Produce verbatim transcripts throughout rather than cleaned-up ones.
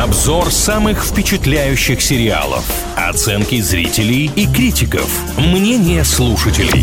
Обзор самых впечатляющих сериалов. Оценки зрителей и критиков. Мнение слушателей.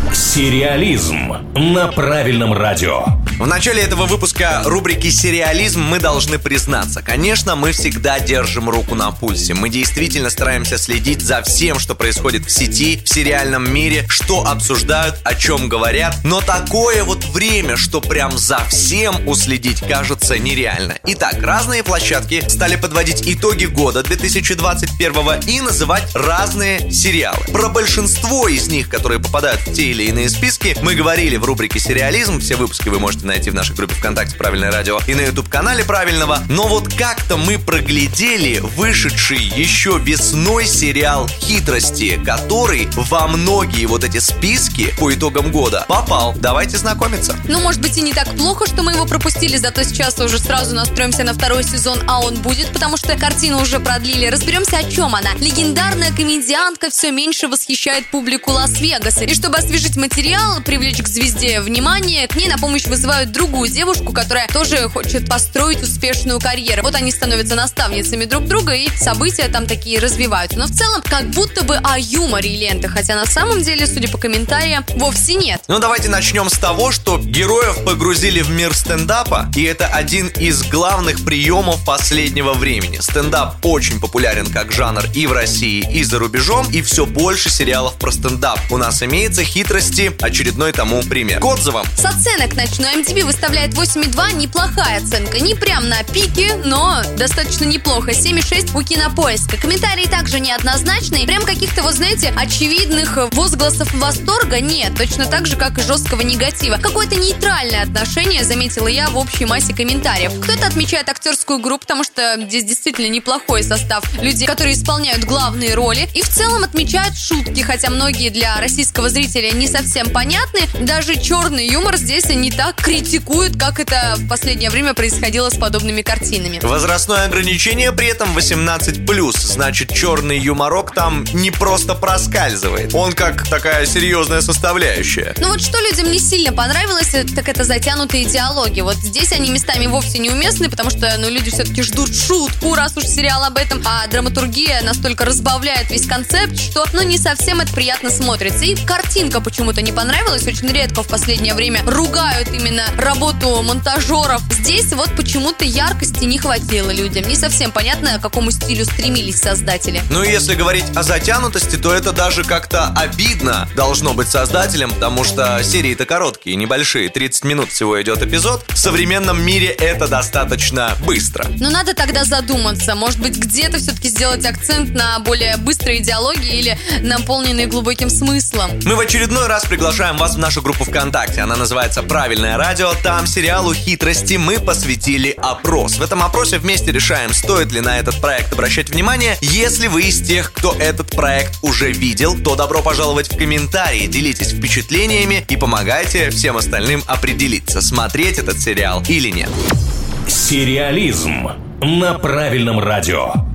Сериализм на правильном радио. В начале этого выпуска рубрики «Сериализм» мы должны признаться. Конечно, мы всегда держим руку на пульсе. Мы действительно стараемся следить за всем, что происходит в сети, в сериальном мире, что обсуждают, о чем говорят. Но такое вот время, что прям за всем уследить, кажется нереально. Итак, разные площадки стали подводить итоги года две тысячи двадцать первого и называть разные сериалы. Про большинство из них, которые попадают в те или иные списки, мы говорили в рубрике «Сериализм». Все выпуски вы можете найти в нашей группе ВКонтакте «Правильное радио» и на YouTube-канале Правильного. Но вот как-то мы проглядели вышедший еще весной сериал «Хитрости», который во многие вот эти списки по итогам года попал. Давайте знакомиться. Ну, может быть, и не так плохо, что мы его пропустили, зато сейчас уже сразу настроимся на второй сезон, а он будет, потому что картину уже продлили. Разберемся, о чем она. Легендарная комедиантка все меньше восхищает публику Лас-Вегаса. И чтобы освежить материал, привлечь к звезде внимание, к ней на помощь вызывают другую девушку, которая тоже хочет построить успешную карьеру. Вот они становятся наставницами друг друга, и события там такие развиваются. Но в целом, как будто бы о юморе ленты, хотя на самом деле, судя по комментариям, вовсе нет. Ну, давайте начнем с того, что героев погрузили в мир стендапа, и это один из главных приемов последнего времени. Стендап очень популярен как жанр и в России, и за рубежом, и все больше сериалов про стендап у нас имеется. «Хитрости» — очередной тому пример. К отзывам. С оценок начну. эм ти ви выставляет восемь и два, неплохая оценка. Не прям на пике, но достаточно неплохо. семь и шесть у Кинопоиска. Комментарии также неоднозначные. Прям каких-то, вот знаете, очевидных возгласов восторга нет. Точно так же, как и жесткого негатива. Какое-то нейтральное отношение заметила я в общей массе комментариев. Кто-то отмечает актерскую игру, потому что здесь действительно неплохой состав людей, которые исполняют главные роли. И в целом отмечают шутки, хотя многие для российского зрителя не совсем понятны. Даже черный юмор здесь не так критикуют, как это в последнее время происходило с подобными картинами. Возрастное ограничение при этом восемнадцать плюс. Значит, черный юморок там не просто проскальзывает. Он как такая серьезная составляющая. Ну вот что людям не сильно понравилось, так это затянутые диалоги. Вот здесь они местами вовсе неуместны, потому что ну, люди все-таки ждут шутку, раз уж сериал об этом. А драматургия настолько разбавляет весь концепт, что ну не совсем это приятно смотрится. И картинка почему-то не понравилась. Очень редко в последнее время ругают именно работу монтажеров. Здесь вот почему-то яркости не хватило людям. Не совсем понятно, к какому стилю стремились создатели. Ну и если говорить о затянутости, то это даже как-то обидно должно быть создателям, потому что серии-то короткие, небольшие, тридцать минут всего идет эпизод. В современном мире это достаточно быстро. Но надо тогда задуматься, может быть, где-то все-таки сделать акцент на более быстрые диалоги или наполненные глубоким смыслом. Мы в очередной раз приглашаем вас в нашу группу ВКонтакте. Она называется «Правильное радио». Там сериалу «Хитрости» мы посвятили опрос. В этом опросе вместе решаем, стоит ли на этот проект обращать внимание. Если вы из тех, кто этот проект уже видел, то добро пожаловать в комментарии, делитесь впечатлениями и помогайте всем остальным определиться, смотреть этот сериал или нет. Сериализм на правильном радио.